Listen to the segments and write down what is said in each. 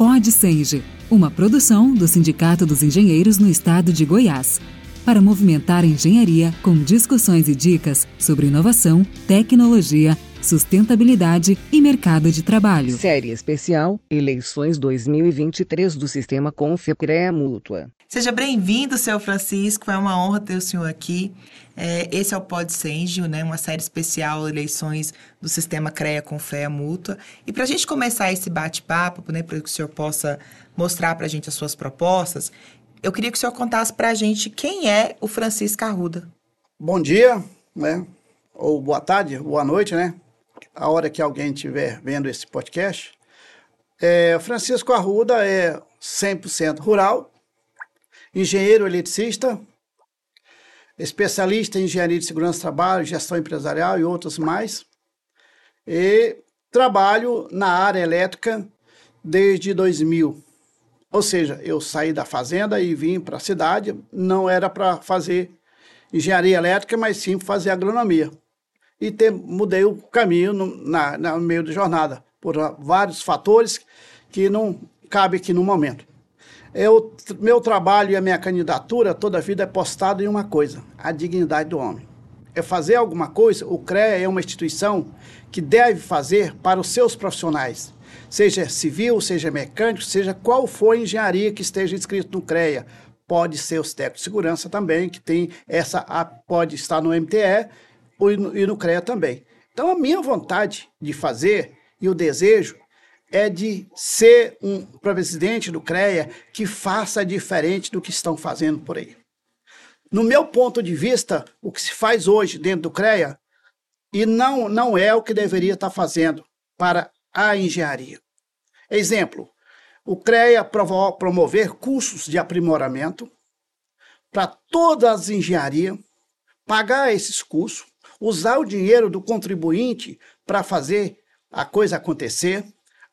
Pod Senge, uma produção do Sindicato dos Engenheiros no Estado de Goiás, para movimentar a engenharia com discussões e dicas sobre inovação, tecnologia, sustentabilidade e mercado de trabalho. Série especial Eleições 2023 do Sistema Confecrea Mútua. Seja bem-vindo, seu Francisco. É uma honra ter o senhor aqui. Esse é o Pod Senge, né? Uma série especial Eleições do Sistema CREA Confea Mútua. E para a gente começar esse bate-papo, né, para que o senhor possa mostrar para a gente as suas propostas, eu queria que o senhor contasse para a gente quem é o Francisco Arruda. Bom dia, né? Ou boa tarde, boa noite, né? A hora que alguém estiver vendo esse podcast. Francisco Arruda é 100% rural, engenheiro eletricista, especialista em engenharia de segurança do trabalho, gestão empresarial e outros mais. E trabalho na área elétrica desde 2000. Ou seja, eu saí da fazenda e vim para a cidade, não era para fazer engenharia elétrica, mas sim fazer agronomia. E mudei o caminho no meio da jornada, por vários fatores que não cabe aqui no momento. Meu trabalho e a minha candidatura toda a vida é postada em uma coisa: a dignidade do homem. É fazer alguma coisa. O CREA é uma instituição que deve fazer para os seus profissionais, seja civil, seja mecânico, seja qual for a engenharia que esteja inscrito no CREA. Pode ser os técnicos de segurança também, que tem pode estar no MTE e no CREA também. Então a minha vontade de fazer e o desejo é de ser um presidente do CREA que faça diferente do que estão fazendo por aí. No meu ponto de vista, o que se faz hoje dentro do CREA e não é o que deveria estar fazendo para a engenharia. Exemplo, o CREA promover cursos de aprimoramento para todas as engenharias, pagar esses cursos, usar o dinheiro do contribuinte para fazer a coisa acontecer,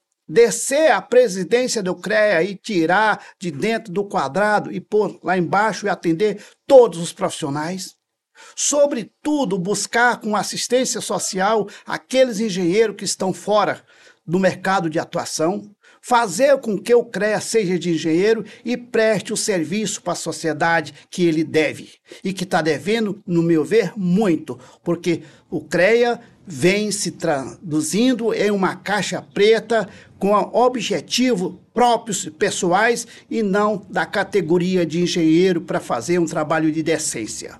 descer a presidência do CREA e tirar de dentro do quadrado e pôr lá embaixo e atender todos os profissionais. Sobretudo, buscar com assistência social aqueles engenheiros que estão fora do mercado de atuação, fazer com que o CREA seja de engenheiro e preste o serviço para a sociedade que ele deve. E que está devendo, no meu ver, muito, porque o CREA vem se traduzindo em uma caixa preta com objetivos próprios, pessoais, e não da categoria de engenheiro para fazer um trabalho de decência.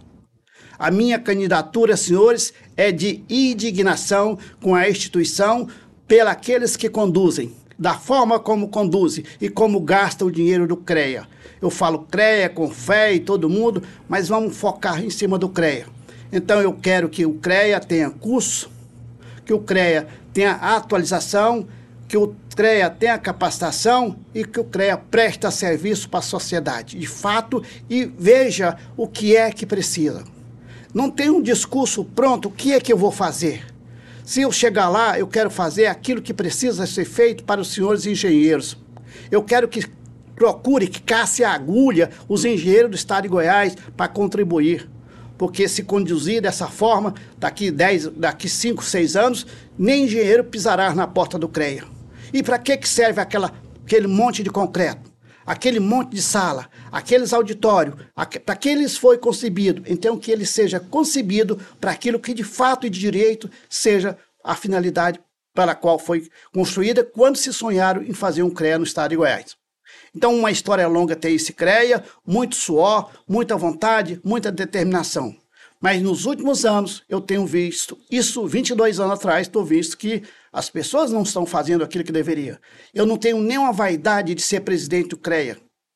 A minha candidatura, senhores, é de indignação com a instituição pelos que conduzem, da forma como conduzem e como gastam o dinheiro do CREA. Eu falo CREA, Confea e todo mundo, mas vamos focar em cima do CREA. Então eu quero que o CREA tenha curso, que o CREA tenha atualização, que o CREA tenha capacitação e que o CREA preste serviço para a sociedade, de fato, e veja o que é que precisa. Não tem um discurso pronto, o que é que eu vou fazer? Se eu chegar lá, eu quero fazer aquilo que precisa ser feito para os senhores engenheiros. Eu quero que procure, que casse a agulha os engenheiros do estado de Goiás para contribuir. Porque se conduzir dessa forma, daqui 5, 6 anos, nem engenheiro pisará na porta do CREA. E para que serve aquele monte de concreto? Aquele monte de sala, aqueles auditórios, para que eles foi concebido? Então que ele seja concebido para aquilo que de fato e de direito seja a finalidade para a qual foi construída quando se sonharam em fazer um CREA no estado de Goiás. Então uma história longa tem esse CREA, muito suor, muita vontade, muita determinação. Mas nos últimos anos eu tenho visto, isso 22 anos atrás, estou visto que as pessoas não estão fazendo aquilo que deveria. Eu não tenho nenhuma vaidade de ser presidente do CREA.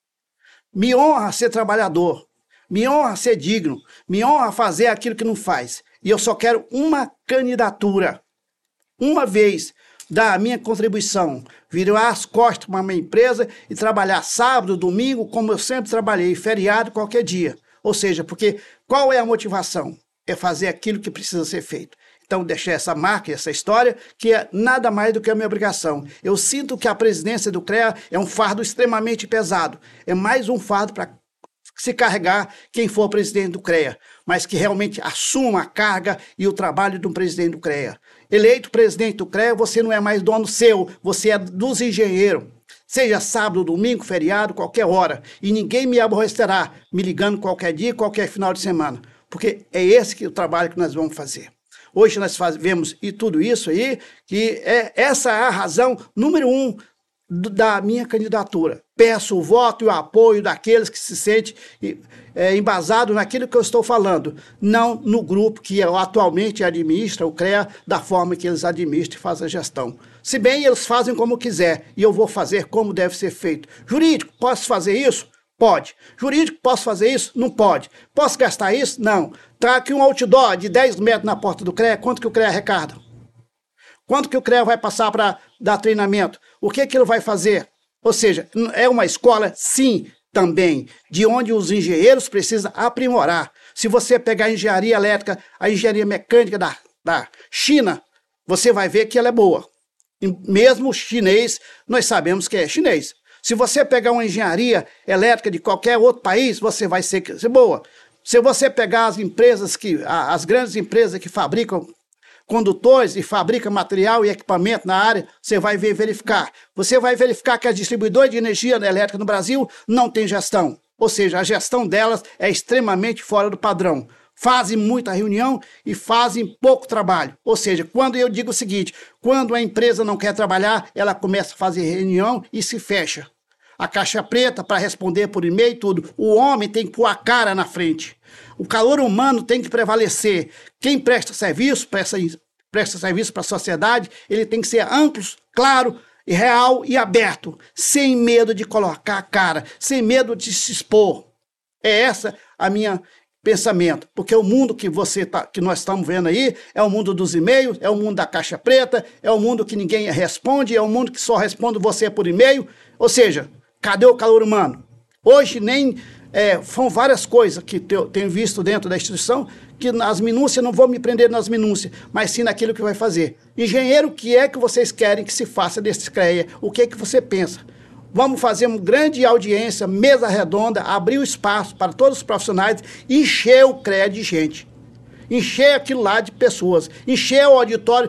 Me honra ser trabalhador, me honra ser digno, me honra fazer aquilo que não faz. E eu só quero uma candidatura, uma vez, dar a minha contribuição, virar as costas para uma empresa e trabalhar sábado, domingo, como eu sempre trabalhei, feriado, qualquer dia. Ou seja, porque qual é a motivação? É fazer aquilo que precisa ser feito. Então, deixei essa marca, essa história, que é nada mais do que a minha obrigação. Eu sinto que a presidência do CREA é um fardo extremamente pesado. É mais um fardo para se carregar quem for presidente do CREA, mas que realmente assuma a carga e o trabalho de um presidente do CREA. Eleito presidente do CREA, você não é mais dono seu, você é dos engenheiros. seja sábado, domingo, feriado, qualquer hora. E ninguém me aborrecerá me ligando qualquer dia, qualquer final de semana. Porque é esse o trabalho que nós vemos fazer. Hoje nós vemos e tudo isso aí, que essa é a razão número 1 da minha candidatura. Peço o voto e o apoio daqueles que se sentem embasados naquilo que eu estou falando, não no grupo que atualmente administra o CREA da forma que eles administram e fazem a gestão. Se bem eles fazem como quiser e eu vou fazer como deve ser feito. Jurídico, posso fazer isso? Pode. Jurídico, posso fazer isso? Não pode. Posso gastar isso? Não. Tá aqui um outdoor de 10 metros na porta do CREA, quanto que o CREA arrecada? Quanto que o CREA vai passar para dar treinamento? O que ele vai fazer? Ou seja, é uma escola, sim, também, de onde os engenheiros precisam aprimorar. Se você pegar a engenharia elétrica, a engenharia mecânica da China, você vai ver que ela é boa. E mesmo o chinês, nós sabemos que é chinês. Se você pegar uma engenharia elétrica de qualquer outro país, você vai ser boa. Se você pegar as grandes empresas que fabricam condutores e fabricam material e equipamento na área, você vai verificar. Você vai verificar que as distribuidoras de energia elétrica no Brasil não têm gestão. Ou seja, a gestão delas é extremamente fora do padrão. Fazem muita reunião e fazem pouco trabalho. Ou seja, quando eu digo o seguinte, quando a empresa não quer trabalhar, ela começa a fazer reunião e se fecha. A caixa preta para responder por e-mail e tudo. O homem tem que pôr a cara na frente. O calor humano tem que prevalecer. Quem presta serviço para a sociedade, ele tem que ser amplo, claro, real e aberto, sem medo de colocar a cara, sem medo de se expor. É essa a minha pensamento, porque o mundo que nós estamos vendo aí é o mundo dos e-mails, é o mundo da caixa preta, é o mundo que ninguém responde, é o mundo que só responde você por e-mail. Ou seja, cadê o calor humano? Hoje nem são várias coisas que eu tenho visto dentro da instituição, que nas minúcias, não vou me prender nas minúcias, mas sim naquilo que vai fazer. Engenheiro, o que é que vocês querem que se faça desse CREA? O que é que você pensa? Vamos fazer uma grande audiência, mesa redonda, abrir o espaço para todos os profissionais, encher o CREA de gente. Encher aquilo lá de pessoas. Encher o auditório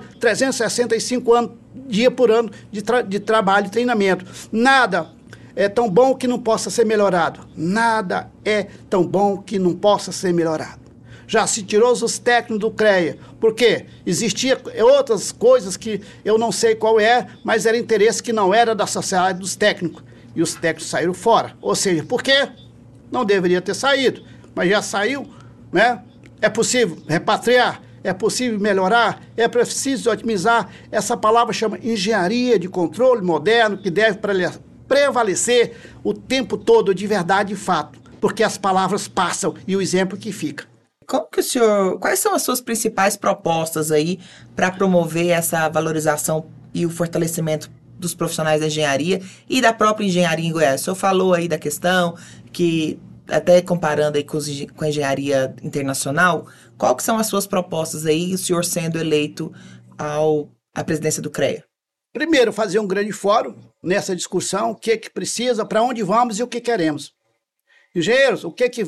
365 dias por ano de trabalho e treinamento. Nada é tão bom que não possa ser melhorado. Nada é tão bom que não possa ser melhorado. Já se tirou os técnicos do CREA. Por quê? Existiam outras coisas que eu não sei qual mas era interesse que não era da sociedade dos técnicos. E os técnicos saíram fora. Ou seja, por quê? Não deveria ter saído. Mas já saiu, né? É possível repatriar, é possível melhorar, é preciso otimizar. Essa palavra chama engenharia de controle moderno, que deve prevalecer o tempo todo de verdade e fato. Porque as palavras passam e o exemplo que fica. Quais são as suas principais propostas aí para promover essa valorização e o fortalecimento dos profissionais da engenharia e da própria engenharia em Goiás? O senhor falou aí da questão que, até comparando aí com a engenharia internacional, qual que são as suas propostas aí, o senhor sendo eleito à presidência do CREA? Primeiro, fazer um grande fórum nessa discussão, o que precisa, para onde vamos e o que queremos. Engenheiros,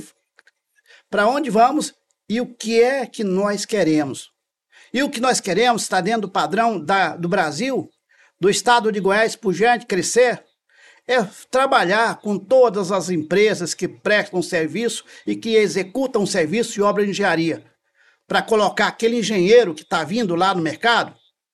para onde vamos e o que é que nós queremos. E o que nós queremos está dentro do padrão do Brasil, do estado de Goiás pujante, crescer, é trabalhar com todas as empresas que prestam serviço e que executam serviço de obra de engenharia, para colocar aquele engenheiro que está vindo lá no mercado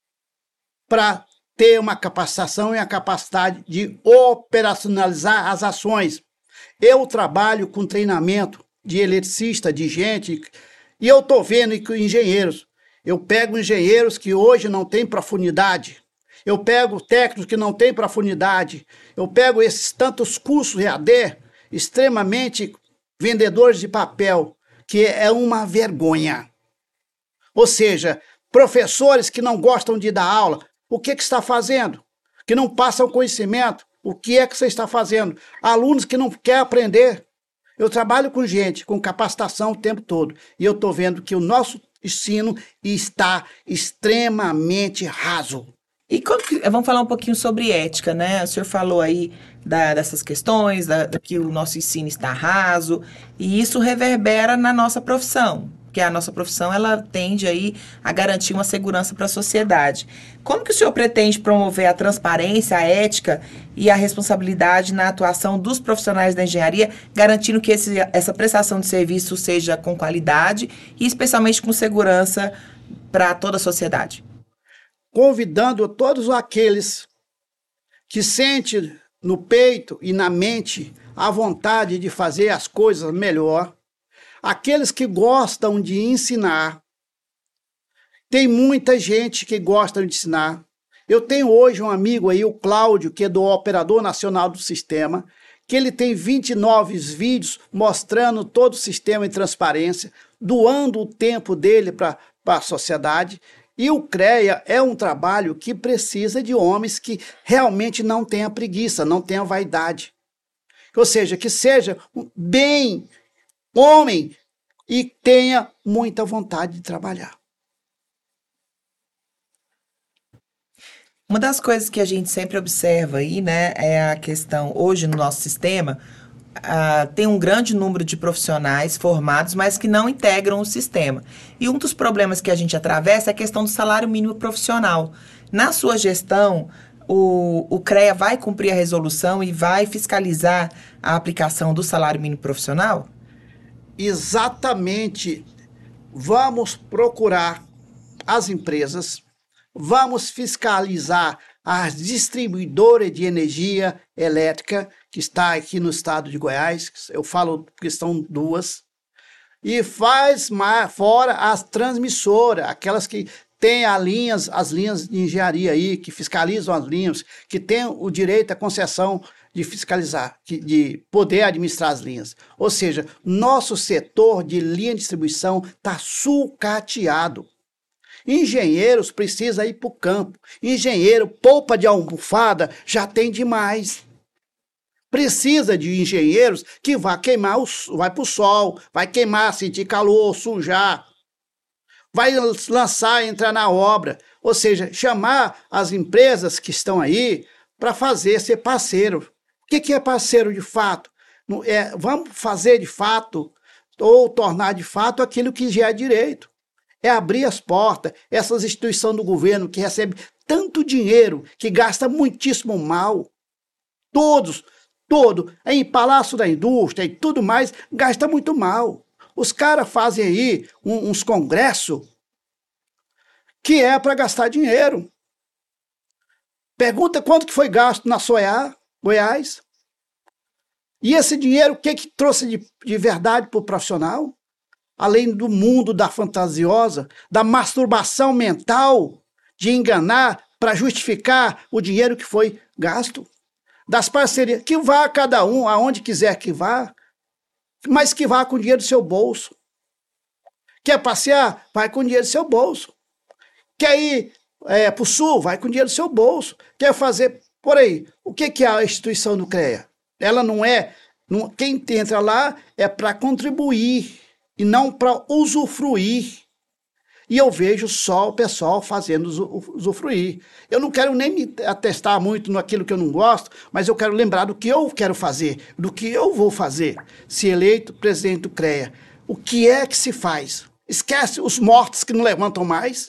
para ter uma capacitação e a capacidade de operacionalizar as ações. Eu trabalho com treinamento de eletricista, de gente, e eu estou vendo que engenheiros, eu pego engenheiros que hoje não têm profundidade, eu pego técnicos que não têm profundidade, eu pego esses tantos cursos EAD, extremamente vendedores de papel, que é uma vergonha. Ou seja, professores que não gostam de dar aula, o que está fazendo? Que não passam conhecimento, o que é que você está fazendo? Alunos que não querem aprender. Eu trabalho com gente, com capacitação o tempo todo, e eu estou vendo que o nosso ensino está extremamente raso. E vamos falar um pouquinho sobre ética, né? O senhor falou aí dessas questões, que o nosso ensino está raso, e isso reverbera na nossa profissão. porque a nossa profissão ela tende aí a garantir uma segurança para a sociedade. Como que o senhor pretende promover a transparência, a ética e a responsabilidade na atuação dos profissionais da engenharia, garantindo que essa prestação de serviço seja com qualidade e especialmente com segurança para toda a sociedade? Convidando todos aqueles que sentem no peito e na mente a vontade de fazer as coisas melhor, aqueles que gostam de ensinar. Tem muita gente que gosta de ensinar. Eu tenho hoje um amigo aí, o Cláudio, que é do Operador Nacional do Sistema, que ele tem 29 vídeos mostrando todo o sistema em transparência, doando o tempo dele para a sociedade. E o CREA é um trabalho que precisa de homens que realmente não tenham preguiça, não tenham vaidade. Ou seja, que seja bem homem e tenha muita vontade de trabalhar. Uma das coisas que a gente sempre observa aí, né, é a questão, hoje no nosso sistema, tem um grande número de profissionais formados, mas que não integram o sistema. E um dos problemas que a gente atravessa é a questão do salário mínimo profissional. Na sua gestão, o CREA vai cumprir a resolução e vai fiscalizar a aplicação do salário mínimo profissional? Exatamente. Vamos procurar as empresas, vamos fiscalizar as distribuidoras de energia elétrica que está aqui no estado de Goiás, eu falo que são duas, e faz fora as transmissoras, aquelas que têm as linhas de engenharia aí, que fiscalizam as linhas, que têm o direito à concessão de fiscalizar, de poder administrar as linhas. Ou seja, nosso setor de linha de distribuição está sucateado. Engenheiros precisam ir para o campo. Engenheiro, polpa de almofada, já tem demais. Precisa de engenheiros que vá queimar, vai para o sol, vai queimar, sentir calor, sujar, vai lançar, entrar na obra. Ou seja, chamar as empresas que estão aí para ser parceiro. O que é parceiro de fato? Vamos fazer de fato, ou tornar de fato aquilo que já é direito. É abrir as portas, essas instituições do governo que recebem tanto dinheiro, que gasta muitíssimo mal. Todo, em Palácio da Indústria e tudo mais, gasta muito mal. Os caras fazem aí uns congressos que é para gastar dinheiro. Pergunta quanto que foi gasto na Soiá, Goiás. E esse dinheiro, o que trouxe de verdade para o profissional? Além do mundo da fantasiosa, da masturbação mental, de enganar para justificar o dinheiro que foi gasto. Das parcerias, que vá cada um aonde quiser que vá, mas que vá com o dinheiro do seu bolso. Quer passear? Vai com o dinheiro do seu bolso. Quer ir para o sul? Vai com o dinheiro do seu bolso. Quer fazer por aí? O que é a instituição do CREA? Ela não é... Quem entra lá é para contribuir e não para usufruir. E eu vejo só o pessoal fazendo usufruir. Eu não quero nem me atestar muito naquilo que eu não gosto, mas eu quero lembrar do que eu quero fazer, do que eu vou fazer. Se eleito presidente do CREA, o que é que se faz? Esquece os mortos que não levantam mais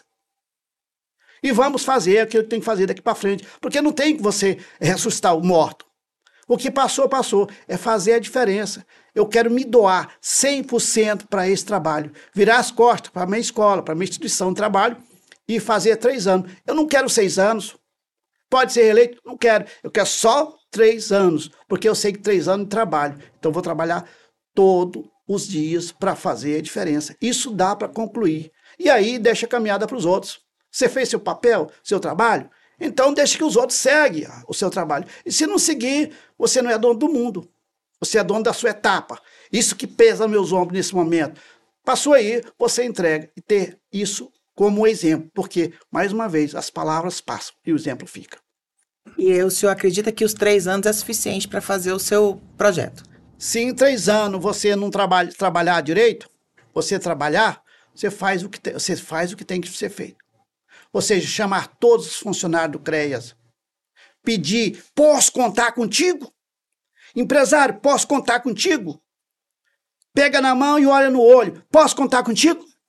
e vamos fazer aquilo que tem que fazer daqui para frente, porque não tem que você ressuscitar o morto. O que passou, passou. É fazer a diferença. Eu quero me doar 100% para esse trabalho. Virar as costas para a minha escola, para a minha instituição de trabalho e fazer 3 anos. Eu não quero 6 anos. Pode ser reeleito? Não quero. Eu quero só 3 anos, porque eu sei que 3 anos de trabalho. Então eu vou trabalhar todos os dias para fazer a diferença. Isso dá para concluir. E aí deixa a caminhada para os outros. Você fez seu papel, seu trabalho? Então deixe que os outros seguem o seu trabalho. E se não seguir, você não é dono do mundo. Você é dono da sua etapa. Isso que pesa nos meus ombros nesse momento. Passou aí, você entrega. E ter isso como exemplo. Porque, mais uma vez, as palavras passam e o exemplo fica. E o senhor acredita que os 3 anos é suficiente para fazer o seu projeto? Se em 3 anos você não trabalhar direito, você trabalhar, você faz o que tem que ser feito. Ou seja, chamar todos os funcionários do CREAS, pedir, posso contar contigo? Empresário, posso contar contigo? Pega na mão e olha no olho, posso contar contigo?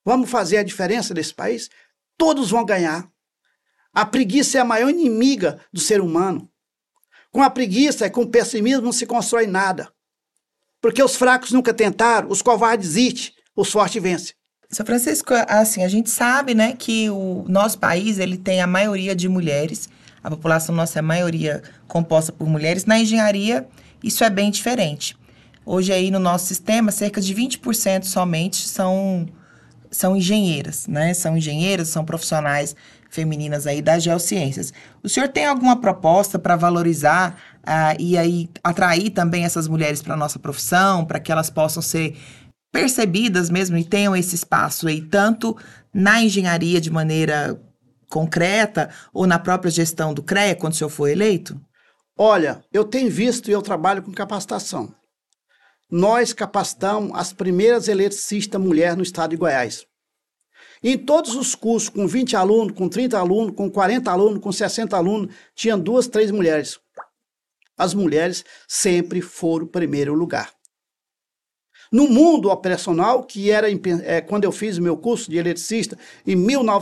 Vamos fazer a diferença desse país? Todos vão ganhar. A preguiça é a maior inimiga do ser humano. Com a preguiça e com o pessimismo não se constrói nada. Porque os fracos nunca tentaram, os covardes desistem, os fortes vencem. Sr. Francisco, assim, a gente sabe, né, que o nosso país, ele tem a maioria de mulheres, a população nossa é a maioria composta por mulheres. Na engenharia, isso é bem diferente. Hoje aí no nosso sistema, cerca de 20% somente são engenheiras, né? São engenheiras, são profissionais femininas aí das geociências. O senhor tem alguma proposta para valorizar e aí atrair também essas mulheres para a nossa profissão, para que elas possam ser percebidas mesmo e tenham esse espaço aí, tanto na engenharia de maneira concreta ou na própria gestão do CREA, quando o senhor for eleito? Olha, eu tenho visto e eu trabalho com capacitação. Nós capacitamos as primeiras eletricistas mulheres no estado de Goiás. Em todos os cursos, com 20 alunos, com 30 alunos, com 40 alunos, com 60 alunos, tinham 2, 3 mulheres. As mulheres sempre foram o primeiro lugar. No mundo operacional, que era quando eu fiz o meu curso de eletricista, em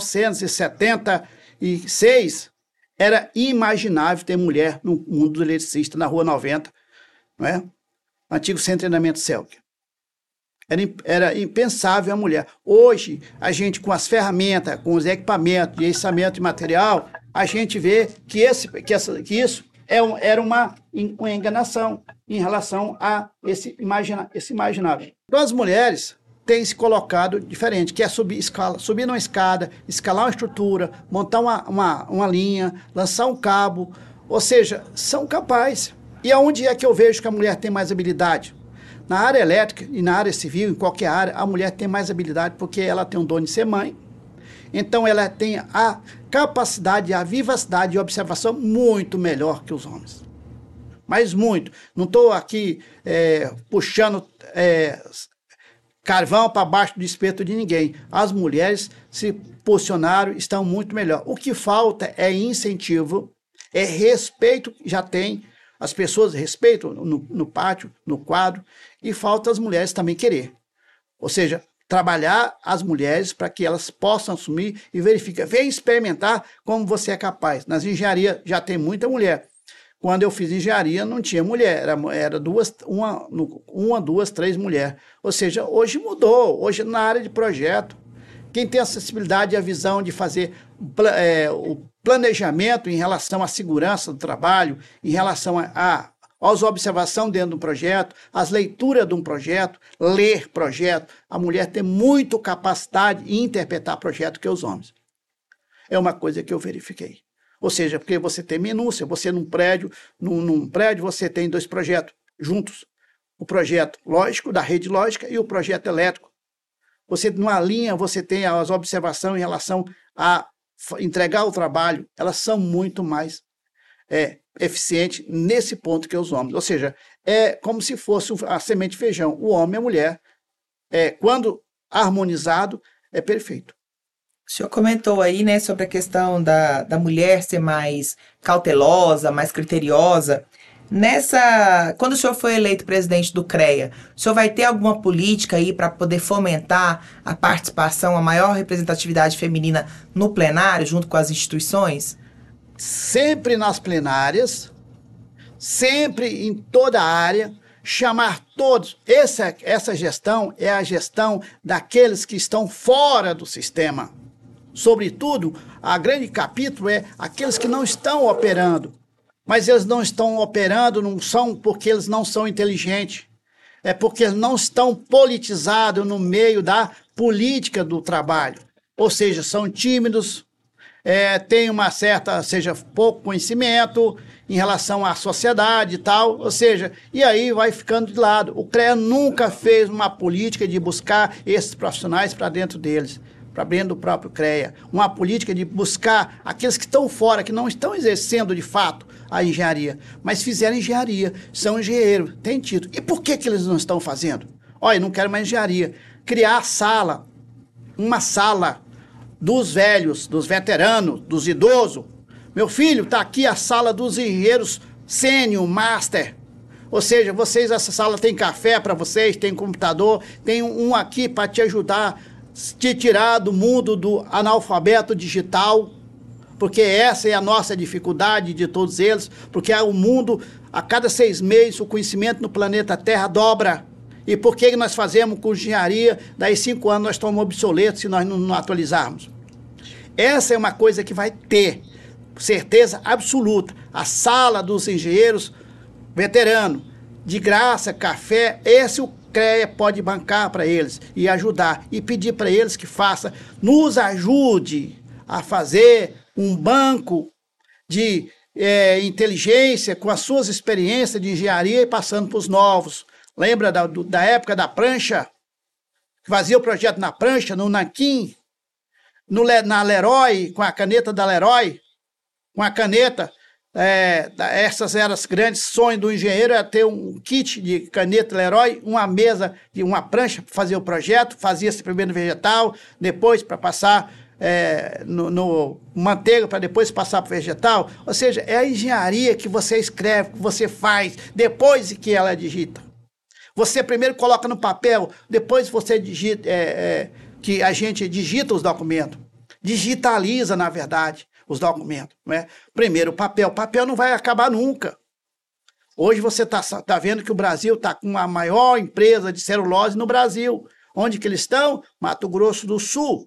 1976, era imaginável ter mulher no mundo do eletricista, na Rua 90, não é? Antigo Centro de Treinamento CELC. Era impensável a mulher. Hoje, a gente, com as ferramentas, com os equipamentos de içamento de material, a gente vê que isso era uma enganação em relação a esse imaginável. Então, as mulheres têm se colocado diferente, que é subir numa escada, escalar uma estrutura, montar uma linha, lançar um cabo, ou seja, são capazes. E aonde é que eu vejo que a mulher tem mais habilidade? Na área elétrica e na área civil, em qualquer área, a mulher tem mais habilidade porque ela tem o dom de ser mãe. Então, ela tem a capacidade, a vivacidade de observação muito melhor que os homens. Mas muito. Não estou aqui puxando carvão para baixo do espeto de ninguém. As mulheres se posicionaram, estão muito melhor. O que falta é incentivo, é respeito, já tem. As pessoas respeitam no pátio, no quadro, e falta as mulheres também querer. Ou seja, trabalhar as mulheres para que elas possam assumir e verificar. Vem experimentar como você é capaz. Nas engenharias já tem muita mulher. Quando eu fiz engenharia não tinha mulher, era uma, duas, 3 mulheres. Ou seja, hoje mudou, hoje na área de projeto. Quem tem a acessibilidade e a visão de fazer o planejamento em relação à segurança do trabalho, em relação às observações dentro do projeto, às leituras de um projeto, ler projeto, a mulher tem muito capacidade em interpretar projeto que os homens. É uma coisa que eu verifiquei. Ou seja, porque você tem minúcia, você num prédio você tem 2 projetos juntos. O projeto lógico, da rede lógica, e o projeto elétrico. Você, numa linha, você tem as observações em relação a entregar o trabalho, elas são muito mais eficientes nesse ponto que os homens. Ou seja, é como se fosse a semente de feijão. O homem e a mulher, quando harmonizado, é perfeito. O senhor comentou aí, né, sobre a questão da mulher ser mais cautelosa, mais criteriosa. Quando o senhor foi eleito presidente do CREA, o senhor vai ter alguma política aí para poder fomentar a participação, a maior representatividade feminina no plenário, junto com as instituições? Sempre nas plenárias, sempre em toda a área, chamar todos. Essa gestão é a gestão daqueles que estão fora do sistema. Sobretudo, a grande capítulo é aqueles que não estão operando. Mas eles não estão operando, não são porque eles não são inteligentes. É porque eles não estão politizados no meio da política do trabalho. Ou seja, são tímidos, têm uma certa, seja, pouco conhecimento em relação à sociedade e tal. Ou seja, e aí vai ficando de lado. O CREA nunca fez uma política de buscar esses profissionais para dentro deles, para dentro do próprio CREA. Uma política de buscar aqueles que estão fora, que não estão exercendo de fato a engenharia, mas fizeram engenharia, são engenheiros, têm título. E por que eles não estão fazendo? Olha, não quero mais engenharia. Criar uma sala dos velhos, dos veteranos, dos idosos. Meu filho, está aqui a sala dos engenheiros sênior, master. Ou seja, essa sala tem café para vocês, tem computador, tem um aqui para te ajudar. te tirar do mundo do analfabeto digital, porque essa é a nossa dificuldade de todos eles, porque o mundo, a cada 6 meses, o conhecimento no planeta Terra dobra. E por que nós fazemos com engenharia, daí 5 anos nós estamos obsoletos se nós não atualizarmos? Essa é uma coisa que vai ter, certeza absoluta. A sala dos engenheiros veteranos, de graça, café, esse o CREA pode bancar para eles e ajudar. E pedir para eles que faça, nos ajude a fazer um banco de inteligência com as suas experiências de engenharia e passando para os novos. Lembra da época da prancha? Que fazia o projeto na prancha, no nanquim, na Leroy, com a caneta da Leroy, com a caneta. Essas eram os grandes sonhos do engenheiro, era ter um kit de caneta Leroy, uma mesa de uma prancha para fazer o projeto, fazia-se primeiro no vegetal, depois para passar no manteiga, para depois passar para o vegetal. Ou seja, é a engenharia que você escreve, que você faz, depois que ela digita. Você primeiro coloca no papel, depois você digita, que a gente digita os documentos. Digitaliza, na verdade, os documentos. Né? Primeiro o papel não vai acabar nunca. Hoje você tá vendo que o Brasil está com a maior empresa de celulose no Brasil. Onde que eles estão? Mato Grosso do Sul.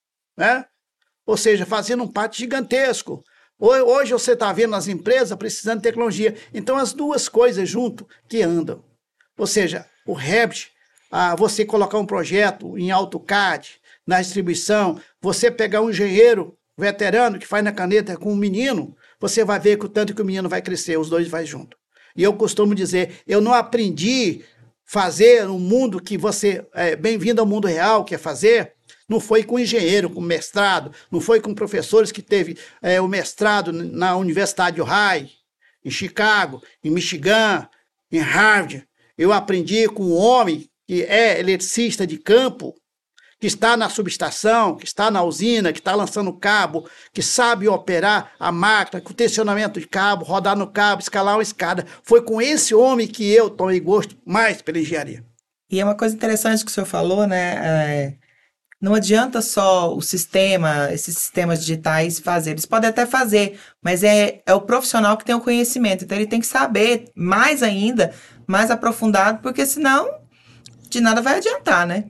Né? Ou seja, fazendo um pátio gigantesco. Hoje você está vendo as empresas precisando de tecnologia. Então as duas coisas junto que andam. Ou seja, o Revit, você colocar um projeto em AutoCAD, na distribuição, você pegar um engenheiro veterano que faz na caneta com um menino, você vai ver que o tanto que o menino vai crescer, os dois vai junto. E eu costumo dizer, eu não aprendi fazer no mundo que você, bem-vindo ao mundo real, quer fazer, não foi com engenheiro, com mestrado, não foi com professores que teve o mestrado na Universidade de Ohio, em Chicago, em Michigan, em Harvard. Eu aprendi com um homem que é eletricista de campo, que está na subestação, que está na usina, que está lançando cabo, que sabe operar a máquina, com tensionamento de cabo, rodar no cabo, escalar uma escada. Foi com esse homem que eu tomei gosto mais pela engenharia. E é uma coisa interessante que o senhor falou, né? Não adianta só o sistema, esses sistemas digitais fazer. Eles podem até fazer, mas é o profissional que tem o conhecimento. Então, ele tem que saber mais ainda, mais aprofundado, porque senão de nada vai adiantar, né?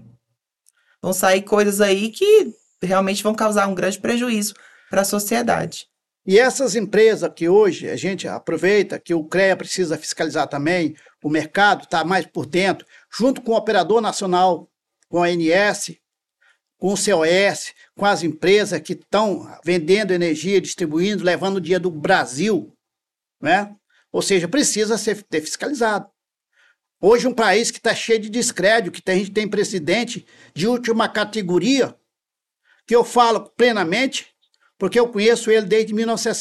Vão sair coisas aí que realmente vão causar um grande prejuízo para a sociedade. E essas empresas que hoje a gente aproveita, que o CREA precisa fiscalizar também, o mercado está mais por dentro, junto com o operador nacional, com a ANS, com o COS, com as empresas que estão vendendo energia, distribuindo, levando o dinheiro do Brasil, né? Ou seja, precisa ser fiscalizado. Hoje um país que está cheio de descrédito, que a gente tem presidente de última categoria, que eu falo plenamente, porque eu conheço ele desde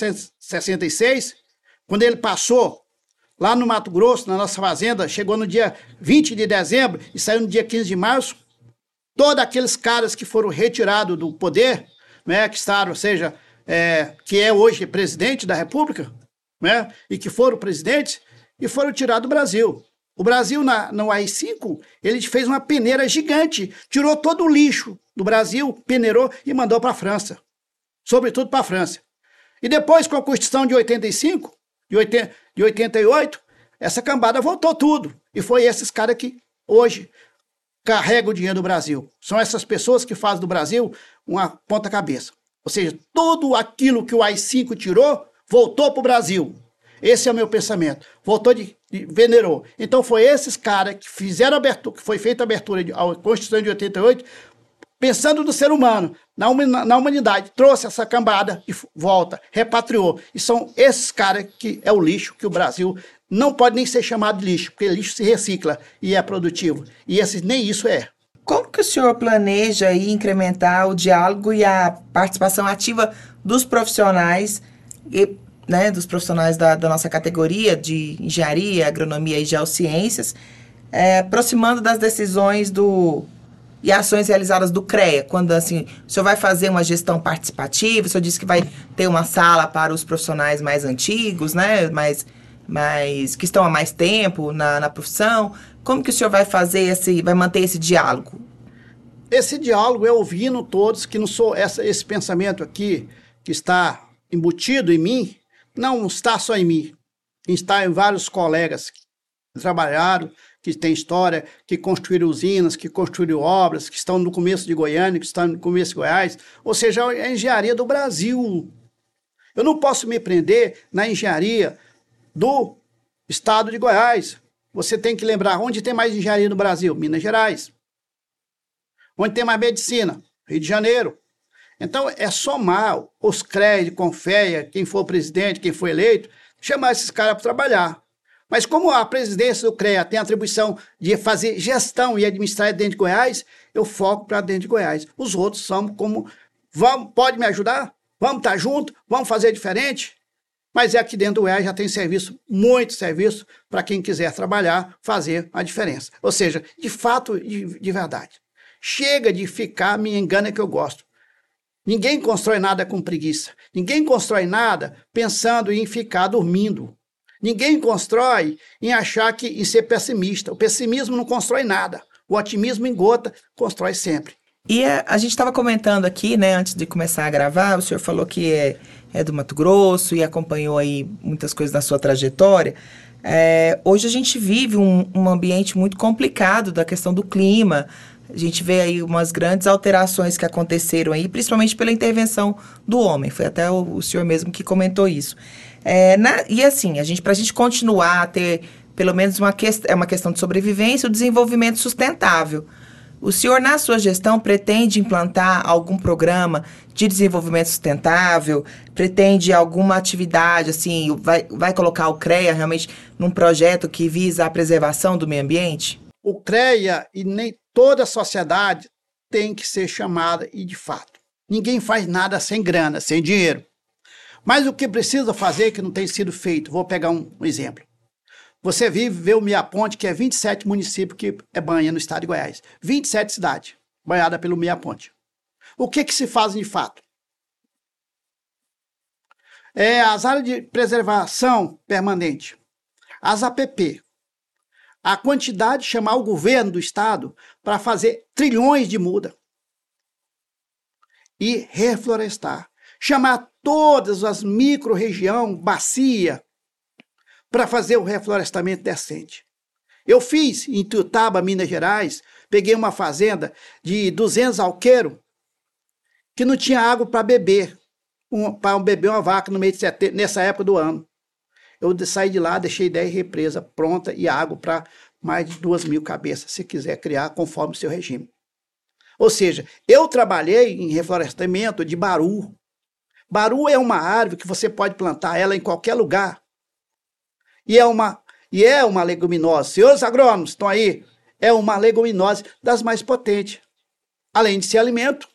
1966, quando ele passou lá no Mato Grosso, na nossa fazenda, chegou no dia 20 de dezembro e saiu no dia 15 de março, todos aqueles caras que foram retirados do poder, né, que estavam, ou seja, que é hoje presidente da República, né, e que foram presidentes, e foram tirados do Brasil. O Brasil, no AI-5, ele fez uma peneira gigante, tirou todo o lixo do Brasil, peneirou e mandou para a França, sobretudo para a França. E depois, com a Constituição de 85, de 88, essa cambada voltou tudo. E foi esses caras que hoje carregam o dinheiro do Brasil. São essas pessoas que fazem do Brasil uma ponta-cabeça. Ou seja, tudo aquilo que o AI-5 tirou, voltou para o Brasil. Esse é o meu pensamento. Voltou venerou. Então foi esses caras que fizeram a abertura, que foi feita a abertura à Constituição de 88, pensando no ser humano, na humanidade, trouxe essa cambada e volta, repatriou. E são esses caras que é o lixo que o Brasil não pode nem ser chamado de lixo, porque lixo se recicla e é produtivo. E nem isso é. Como que o senhor planeja aí incrementar o diálogo e a participação ativa dos profissionais dos profissionais da nossa categoria de engenharia, agronomia e geociências, aproximando das decisões e ações realizadas do CREA, quando assim, o senhor vai fazer uma gestão participativa, o senhor disse que vai ter uma sala para os profissionais mais antigos, né, que estão há mais tempo na profissão. Como que o senhor vai fazer vai manter esse diálogo? esse diálogo é ouvindo todos, que não sou esse pensamento aqui que está embutido em mim, não está só em mim, está em vários colegas que trabalharam, que têm história, que construíram usinas, que construíram obras, que estão no começo de Goiânia, que estão no começo de Goiás, ou seja, é a engenharia do Brasil. Eu não posso me prender na engenharia do estado de Goiás. Você tem que lembrar, onde tem mais engenharia no Brasil? Minas Gerais. Onde tem mais medicina? Rio de Janeiro. Então, é somar os CREA, CONFEA, quem for presidente, quem for eleito, chamar esses caras para trabalhar. Mas como a presidência do CREA tem a atribuição de fazer gestão e administrar dentro de Goiás, eu foco para dentro de Goiás. Os outros são como, pode me ajudar? Vamos estar juntos? Vamos fazer diferente? Mas é aqui dentro do Goiás já tem serviço, muito serviço, para quem quiser trabalhar, fazer a diferença. Ou seja, de fato, de verdade. Chega de ficar, me engana que eu gosto. Ninguém constrói nada com preguiça. Ninguém constrói nada pensando em ficar dormindo. Ninguém constrói em ser pessimista. O pessimismo não constrói nada. O otimismo em gota constrói sempre. E a gente estava comentando aqui, né, antes de começar a gravar, o senhor falou que é do Mato Grosso e acompanhou aí muitas coisas na sua trajetória. Hoje a gente vive um ambiente muito complicado da questão do clima. A gente vê aí umas grandes alterações que aconteceram aí, principalmente pela intervenção do homem. Foi até o senhor mesmo que comentou isso. E assim, para a gente continuar a ter, pelo menos, uma questão de sobrevivência, o desenvolvimento sustentável. O senhor, na sua gestão, pretende implantar algum programa de desenvolvimento sustentável? Pretende alguma atividade, assim, vai colocar o CREA realmente num projeto que visa a preservação do meio ambiente? O CREA e nem toda a sociedade tem que ser chamada e de fato. Ninguém faz nada sem grana, sem dinheiro. Mas o que precisa fazer que não tem sido feito, vou pegar um exemplo. Você vê o Meia Ponte, que é 27 municípios que banha no estado de Goiás. 27 cidades banhadas pelo Meia Ponte. O que se faz de fato? As áreas de preservação permanente, as APP, a quantidade de chamar o governo do estado para fazer trilhões de muda e reflorestar. Chamar todas as micro-regiões, bacia, para fazer o reflorestamento decente. Eu fiz em Tuiutaba, Minas Gerais, peguei uma fazenda de 200 alqueiros que não tinha água para beber, para beber uma vaca no meio de setembro, nessa época do ano. Eu saí de lá, deixei 10 represas prontas e água para mais de 2.000 cabeças, se quiser criar conforme o seu regime. Ou seja, eu trabalhei em reflorestamento de baru. Baru é uma árvore que você pode plantar ela em qualquer lugar. E é uma leguminosa. Senhores agrônomos estão aí? É uma leguminosa das mais potentes. Além de ser alimento,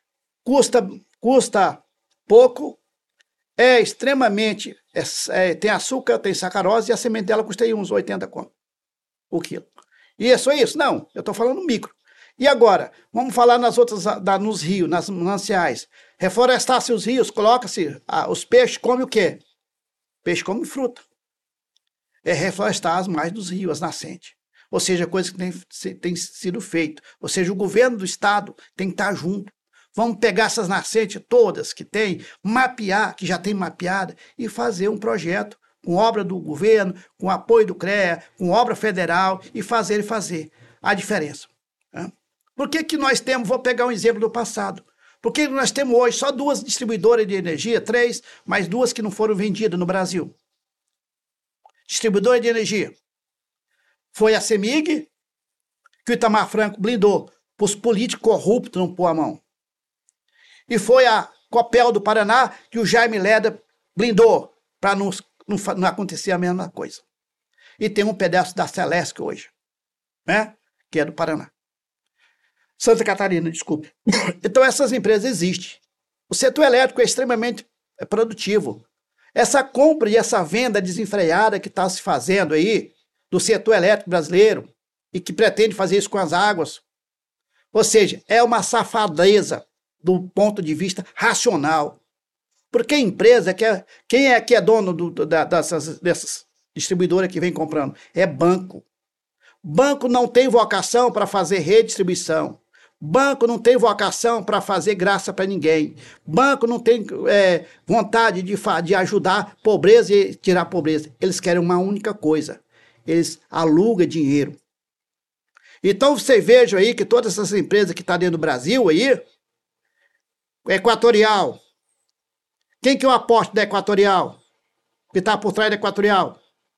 custa pouco, é extremamente... tem açúcar, tem sacarose e a semente dela custa aí uns 80 conto o quilo. E é só isso? Não, eu estou falando micro. E agora, vamos falar nas outras, nos rios, nas mananciais. Reflorestar-se os rios, coloca-se, os peixes comem o quê? Peixe come fruta. Reflorestar as margens dos rios, as nascentes. Ou seja, coisa que tem sido feita. Ou seja, o governo do estado tem que estar junto. Vamos pegar essas nascentes todas que tem, mapear, que já tem mapeada, e fazer um projeto com obra do governo, com apoio do CREA, com obra federal, e fazer a diferença. Né? Por que nós temos, vou pegar um exemplo do passado, por que nós temos hoje só 2 distribuidoras de energia, 3, mais 2 que não foram vendidas no Brasil? Distribuidora de energia. Foi a CEMIG, que o Itamar Franco blindou para os políticos corruptos não pôr a mão. E foi a Copel do Paraná, que o Jaime Leda blindou para não acontecer a mesma coisa. E tem um pedaço da Celesc hoje, né? Que é do Paraná. Santa Catarina, desculpe. Então essas empresas existem. O setor elétrico é extremamente produtivo. Essa compra e essa venda desenfreada que está se fazendo aí do setor elétrico brasileiro e que pretende fazer isso com as águas, ou seja, é uma safadeza do ponto de vista racional. Porque a empresa, quem é que é dono dessas distribuidoras que vem comprando? É banco. Banco não tem vocação para fazer redistribuição. Banco não tem vocação para fazer graça para ninguém. Banco não tem vontade de ajudar pobreza e tirar pobreza. Eles querem uma única coisa. Eles alugam dinheiro. Então você veja aí que todas essas empresas que estão dentro do Brasil aí, Equatorial. Quem que é o aporte da Equatorial? Que está por trás da Equatorial?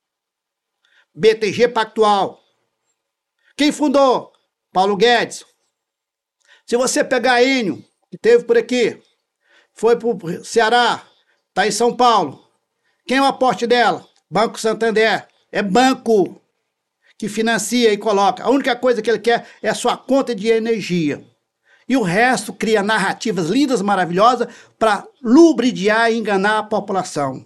BTG Pactual. Quem fundou? Paulo Guedes. Se você pegar a Enio, que teve por aqui, foi para o Ceará, está em São Paulo. Quem é o aporte dela? Banco Santander. É banco que financia e coloca. A única coisa que ele quer é a sua conta de energia. E o resto cria narrativas lindas, maravilhosas, para lubridiar e enganar a população.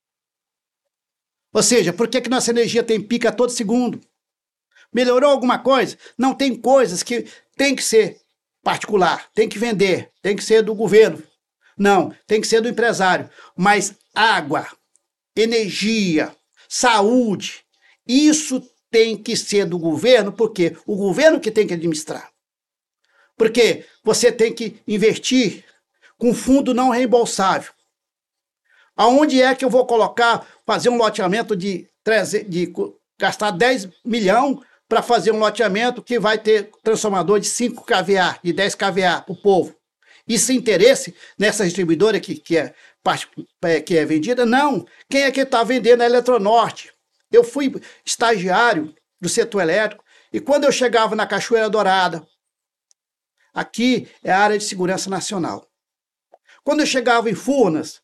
Ou seja, por que nossa energia tem pica todo segundo? Melhorou alguma coisa? Não, tem coisas que tem que ser particular, tem que vender, tem que ser do governo. Não, tem que ser do empresário. Mas água, energia, saúde, isso tem que ser do governo, porque o governo que tem que administrar. Porque você tem que investir com fundo não reembolsável. Aonde é que eu vou colocar, fazer um loteamento de gastar 10 milhões para fazer um loteamento que vai ter transformador de 5 kVA, de 10 kVA para o povo? Isso é interesse nessa distribuidora que é vendida? Não. Quem é que está vendendo? A Eletronorte. Eu fui estagiário do setor elétrico e quando eu chegava na Cachoeira Dourada, aqui é a área de segurança nacional. Quando eu chegava em Furnas,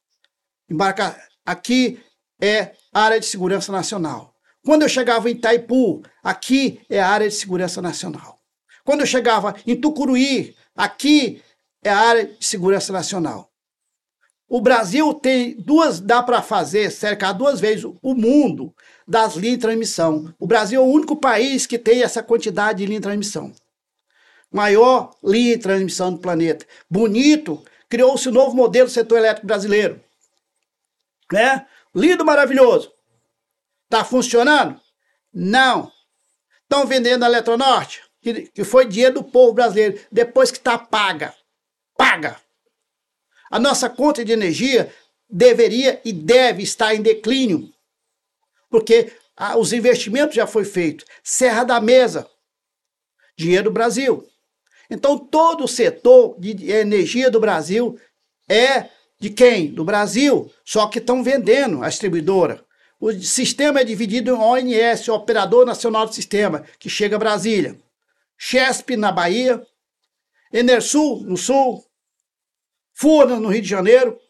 aqui é a área de segurança nacional. Quando eu chegava em Itaipu, aqui é a área de segurança nacional. Quando eu chegava em Tucuruí, aqui é a área de segurança nacional. O Brasil tem dá para cercar 2 vezes o mundo das linhas de transmissão. O Brasil é o único país que tem essa quantidade de linha de transmissão. Maior linha de transmissão do planeta. Bonito, criou-se um novo modelo do setor elétrico brasileiro. Né? Lindo, maravilhoso. Está funcionando? Não. Estão vendendo a Eletronorte, que foi dinheiro do povo brasileiro, depois que está paga. Paga. A nossa conta de energia deveria e deve estar em declínio, porque os investimentos já foram feitos. Serra da Mesa, dinheiro do Brasil. Então, todo o setor de energia do Brasil é de quem? Do Brasil. Só que estão vendendo a distribuidora. O sistema é dividido em ONS, Operador Nacional do Sistema, que chega a Brasília. Chesp, na Bahia. Enersul, no Sul. Furnas, no Rio de Janeiro.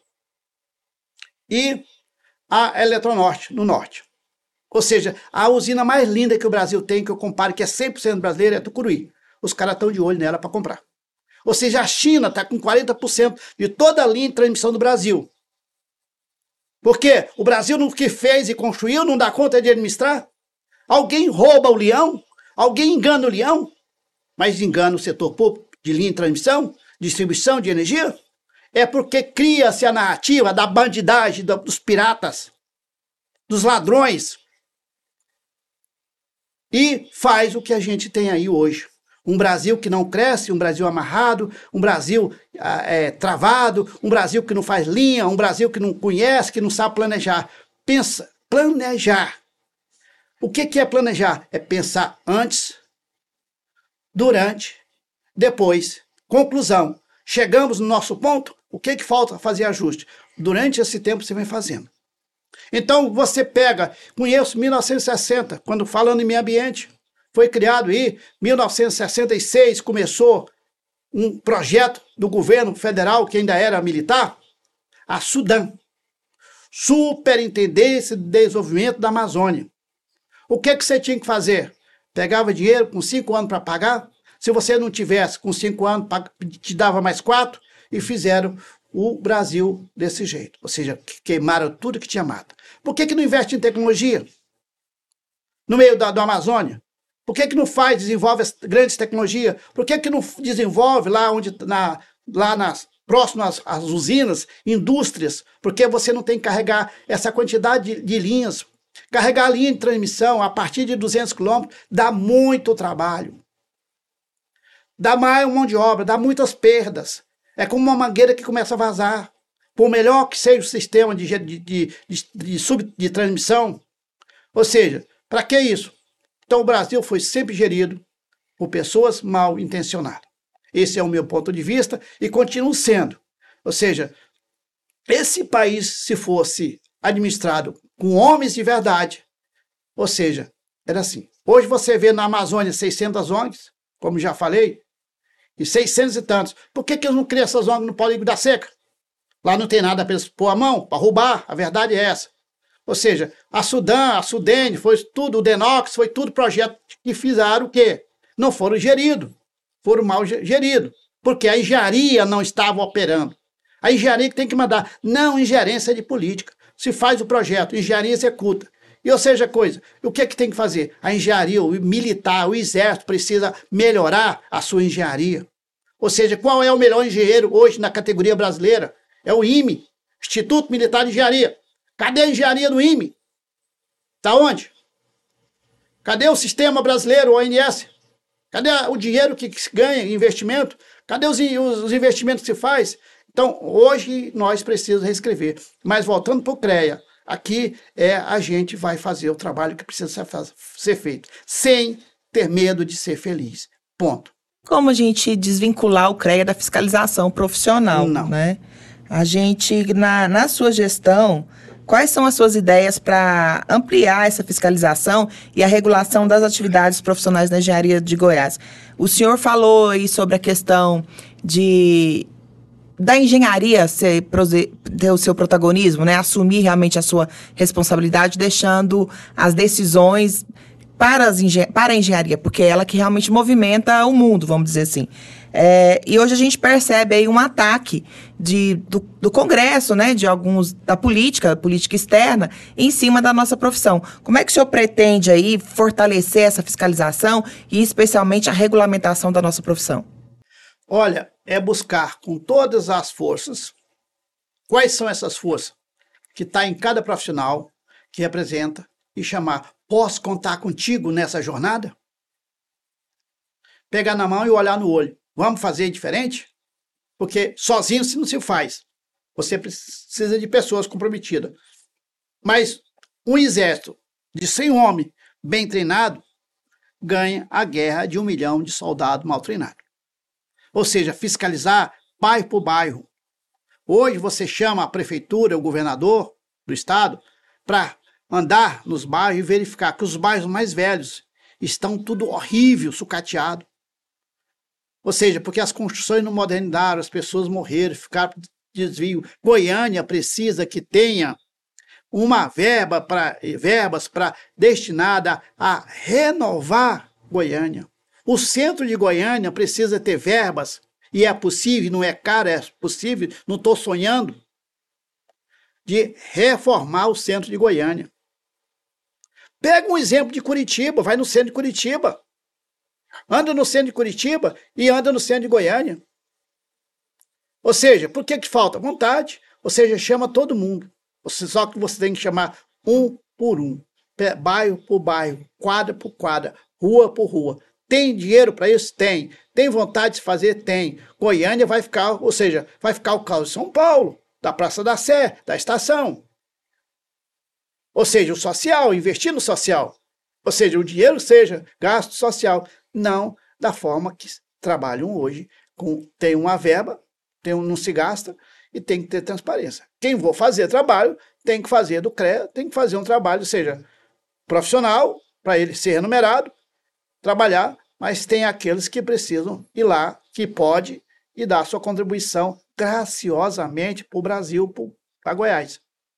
E a Eletronorte, no Norte. Ou seja, a usina mais linda que o Brasil tem, que eu comparo, que é 100% brasileira, é Tucuruí. Os caras estão de olho nela para comprar. Ou seja, a China está com 40% de toda a linha de transmissão do Brasil. Porque o Brasil, no que fez e construiu, não dá conta de administrar? Alguém rouba o leão? Alguém engana o leão? Mas engana o setor público de linha de transmissão, distribuição de energia? É porque cria-se a narrativa da bandidagem, dos piratas, dos ladrões. E faz o que a gente tem aí hoje. Um Brasil que não cresce, um Brasil amarrado, um Brasil travado, um Brasil que não faz linha, um Brasil que não conhece, que não sabe planejar. Planejar. O que é planejar? É pensar antes, durante, depois. Conclusão. Chegamos no nosso ponto, o que falta? Fazer ajuste. Durante esse tempo você vem fazendo. Então você pega, conheço 1960, quando falando em meio ambiente, foi criado aí, 1966, começou um projeto do governo federal, que ainda era militar, a SUDAM, Superintendência de Desenvolvimento da Amazônia. O que você tinha que fazer? Pegava dinheiro com 5 anos para pagar, se você não tivesse com 5 anos, te dava mais 4, e fizeram o Brasil desse jeito. Ou seja, queimaram tudo que tinha mata. Por que não investe em tecnologia? No meio da Amazônia? Por que não desenvolve as grandes tecnologias? Por que não desenvolve próximas às usinas, indústrias? Porque você não tem que carregar essa quantidade de linhas. Carregar a linha de transmissão a partir de 200 quilômetros dá muito trabalho. dá mais mão de obra, dá muitas perdas. É como uma mangueira que começa a vazar. Por melhor que seja o sistema de transmissão, ou seja, para que isso? Então o Brasil foi sempre gerido por pessoas mal intencionadas. Esse é o meu ponto de vista e continua sendo. Ou seja, esse país, se fosse administrado com homens de verdade, ou seja, era assim. Hoje você vê na Amazônia 600 ONGs, como já falei, e 600 e tantos. Por que eles não criam essas ONGs no Póligo da Seca? Lá não tem nada para eles pôr a mão, para roubar, a verdade é essa. Ou seja, a Sudã, a Sudene, foi tudo, o Denox, foi tudo projeto que fizeram o quê? Não foram geridos, foram mal geridos, porque a engenharia não estava operando. A engenharia que tem que mandar, não ingerência de política. Se faz o projeto, engenharia executa. E ou seja, o que tem que fazer? A engenharia, o militar, o exército precisa melhorar a sua engenharia. Ou seja, qual é o melhor engenheiro hoje na categoria brasileira? É o IME, Instituto Militar de Engenharia. Cadê a engenharia do IME? Está onde? Cadê o sistema brasileiro, o ONS? Cadê o dinheiro que se ganha em investimento? Cadê os investimentos que se faz? Então, hoje nós precisamos reescrever. Mas voltando para o CREA, aqui a gente vai fazer o trabalho que precisa ser feito, sem ter medo de ser feliz. Ponto. Como a gente desvincular o CREA da fiscalização profissional? Não. Né? A gente, na sua gestão, quais são as suas ideias para ampliar essa fiscalização e a regulação das atividades profissionais da engenharia de Goiás? O senhor falou aí sobre a questão da engenharia ter o seu protagonismo, né? Assumir realmente a sua responsabilidade, deixando as decisões para a engenharia, porque é ela que realmente movimenta o mundo, vamos dizer assim. E hoje a gente percebe aí um ataque do Congresso, né, de alguns, da política externa, em cima da nossa profissão. Como é que o senhor pretende aí fortalecer essa fiscalização e especialmente a regulamentação da nossa profissão? Olha, é buscar com todas as forças, quais são essas forças que está em cada profissional que representa e chamar, posso contar contigo nessa jornada? Pegar na mão e olhar no olho. Vamos fazer diferente? Porque sozinho não se faz. Você precisa de pessoas comprometidas. Mas um exército de 100 homens bem treinado ganha a guerra de 1 milhão de soldados mal treinados. Ou seja, fiscalizar bairro por bairro. Hoje você chama a prefeitura, o governador do estado, para andar nos bairros e verificar que os bairros mais velhos estão tudo horrível, sucateado. Ou seja, porque as construções não modernizaram, as pessoas morreram, ficaram desvio. Goiânia precisa que tenha uma verbas para destinada a renovar Goiânia. O centro de Goiânia precisa ter verbas, e é possível, não é caro, é possível, não estou sonhando, de reformar o centro de Goiânia. Pega um exemplo de Curitiba, vai no centro de Curitiba. Anda no centro de Curitiba e anda no centro de Goiânia. Ou seja, por que falta? Vontade. Ou seja, chama todo mundo. Só que você tem que chamar um por um. Bairro por bairro, quadra por quadra, rua por rua. Tem dinheiro para isso? Tem. Tem vontade de fazer? Tem. Goiânia vai ficar, ou seja, vai ficar o caos de São Paulo, da Praça da Sé, da estação. Ou seja, o social, investir no social. Ou seja, o dinheiro seja gasto social. Não da forma que trabalham hoje. Tem uma verba, não se gasta e tem que ter transparência. Quem for fazer trabalho tem que fazer do CREA, tem que fazer um trabalho, seja profissional, para ele ser remunerado, trabalhar, mas tem aqueles que precisam ir lá, que pode e dar sua contribuição graciosamente para o Brasil, para Goiás.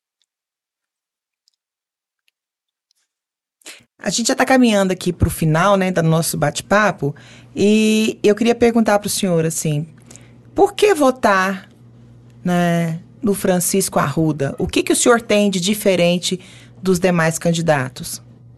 A gente já está caminhando aqui para o final, né, do nosso bate-papo, e eu queria perguntar para o senhor, assim, por que votar, né, no Francisco Arruda? O que o senhor tem de diferente dos demais candidatos?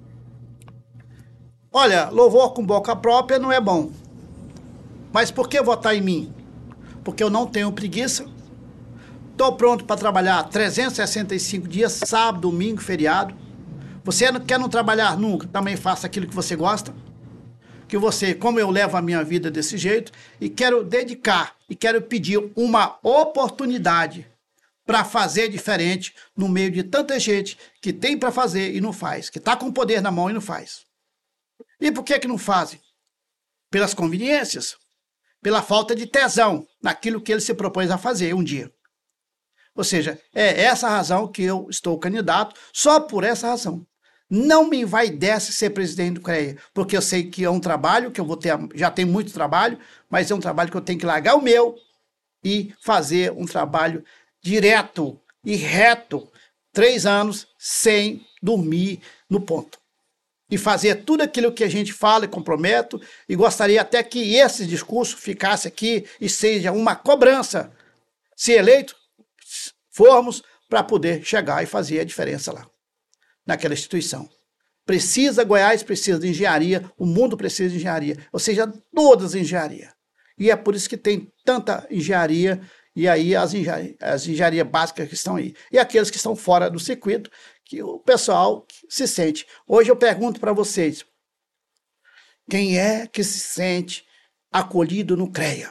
Olha, louvor com boca própria não é bom. Mas por que votar em mim? Porque eu não tenho preguiça. Estou pronto para trabalhar 365 dias, sábado, domingo, feriado. Você quer não trabalhar nunca, também faça aquilo que você gosta. que você, como eu levo a minha vida desse jeito, e quero dedicar, e quero pedir uma oportunidade para fazer diferente no meio de tanta gente que tem para fazer e não faz, que está com o poder na mão e não faz. E por que não fazem? Pelas conveniências, pela falta de tesão naquilo que ele se propôs a fazer um dia. Ou seja, é essa a razão que eu estou candidato, só por essa razão. Não me envaidece ser presidente do CREA, porque eu sei que é um trabalho que eu vou ter, já tenho muito trabalho, mas é um trabalho que eu tenho que largar o meu e fazer um trabalho direto e reto, 3 anos sem dormir no ponto. E fazer tudo aquilo que a gente fala e comprometo, e gostaria até que esse discurso ficasse aqui e seja uma cobrança, se eleito, formos, para poder chegar e fazer a diferença lá, naquela instituição. Goiás precisa de engenharia, o mundo precisa de engenharia, ou seja, todas as engenharias. E é por isso que tem tanta engenharia, e aí as engenharias básicas que estão aí. E aqueles que estão fora do circuito, que o pessoal se sente. Hoje eu pergunto para vocês, quem é que se sente acolhido no CREA?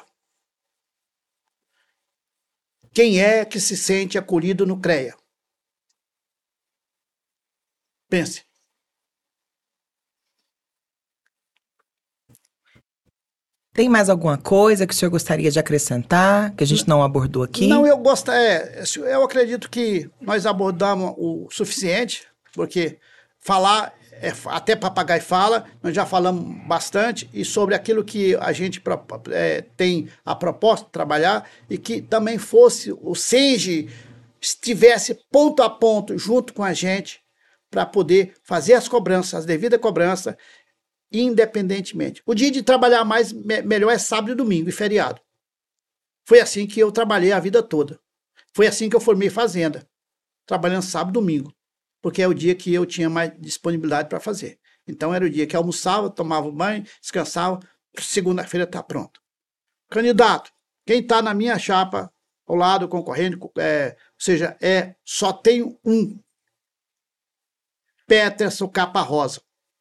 Quem é que se sente acolhido no CREA? Pense. Tem mais alguma coisa que o senhor gostaria de acrescentar, que a gente não abordou aqui? Não, eu acredito que nós abordamos o suficiente, porque falar, até papagaio fala, nós já falamos bastante, e sobre aquilo que a gente tem a proposta de trabalhar, e que também fosse o SENGE, estivesse ponto a ponto junto com a gente, para poder fazer as cobranças, as devidas cobranças, independentemente. O dia de trabalhar melhor é sábado e domingo e feriado. Foi assim que eu trabalhei a vida toda. Foi assim que eu formei fazenda, trabalhando sábado e domingo, porque é o dia que eu tinha mais disponibilidade para fazer. Então era o dia que eu almoçava, tomava banho, descansava, segunda-feira está pronto. Candidato, quem está na minha chapa, ao lado, concorrendo, ou seja, só tenho um, Peterson Capa Rosa.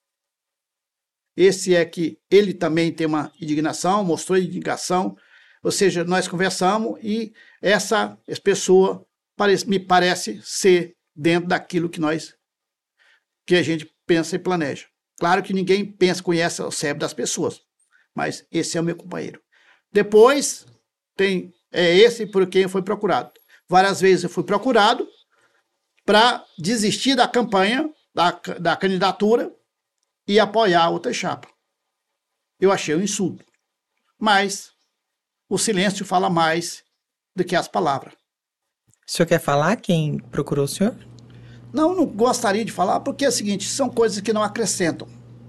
Esse é que ele também tem uma indignação, mostrou indignação, ou seja, nós conversamos e essa pessoa me parece ser dentro daquilo que a gente pensa e planeja. Claro que ninguém conhece o cérebro das pessoas, mas esse é o meu companheiro. Depois tem esse por quem foi procurado. Várias vezes eu fui procurado para desistir da campanha, da candidatura, e apoiar outra chapa. Eu achei um insulto. Mas o silêncio fala mais do que as palavras. O senhor quer falar quem procurou o senhor? Não gostaria de falar, porque é o seguinte, são coisas que não acrescentam.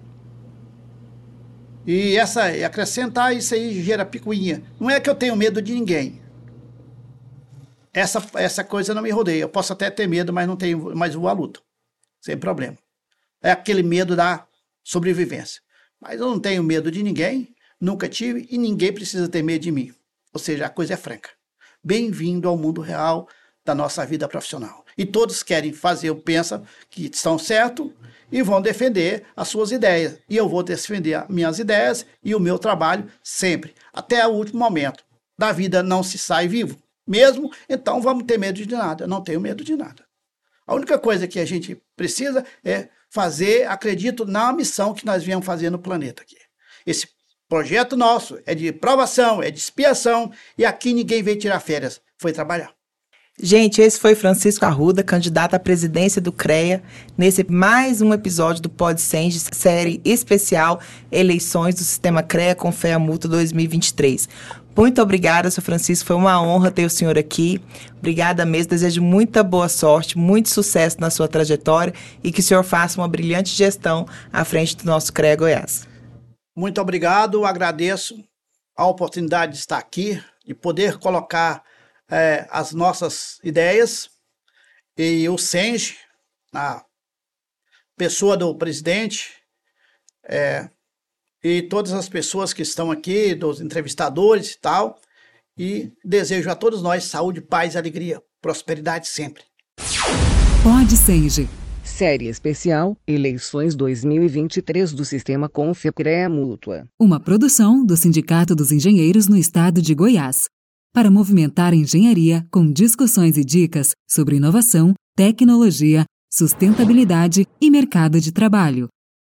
E acrescentar isso aí gera picuinha. Não é que eu tenho medo de ninguém. Essa coisa não me rodeia. Eu posso até ter medo, mas não tenho, mas vou à luta. Sem problema. É aquele medo da sobrevivência. Mas eu não tenho medo de ninguém, nunca tive, e ninguém precisa ter medo de mim. Ou seja, a coisa é franca. Bem-vindo ao mundo real da nossa vida profissional. E todos querem pensam que estão certos e vão defender as suas ideias. E eu vou defender as minhas ideias e o meu trabalho sempre, até o último momento. Da vida não se sai vivo mesmo, então vamos ter medo de nada. Eu não tenho medo de nada. A única coisa que a gente precisa é acredito na missão que nós viemos fazer no planeta aqui. Esse projeto nosso é de provação, é de expiação, e aqui ninguém veio tirar férias, foi trabalhar. Gente, esse foi Francisco Arruda, candidato à presidência do CREA, nesse mais um episódio do PodSenge, série especial Eleições do Sistema CREA Confea Mútua 2023. Muito obrigada, Sr. Francisco, foi uma honra ter o senhor aqui. Obrigada mesmo, desejo muita boa sorte, muito sucesso na sua trajetória e que o senhor faça uma brilhante gestão à frente do nosso CREA Goiás. Muito obrigado, agradeço a oportunidade de estar aqui, de poder colocar as nossas ideias e o SENGE, na pessoa do presidente, e todas as pessoas que estão aqui, dos entrevistadores e tal, e desejo a todos nós saúde, paz, alegria, prosperidade sempre. PodSenge. Série especial Eleições 2023 do Sistema Confecrea Mútua. Uma produção do Sindicato dos Engenheiros no Estado de Goiás, para movimentar a engenharia com discussões e dicas sobre inovação, tecnologia, sustentabilidade e mercado de trabalho.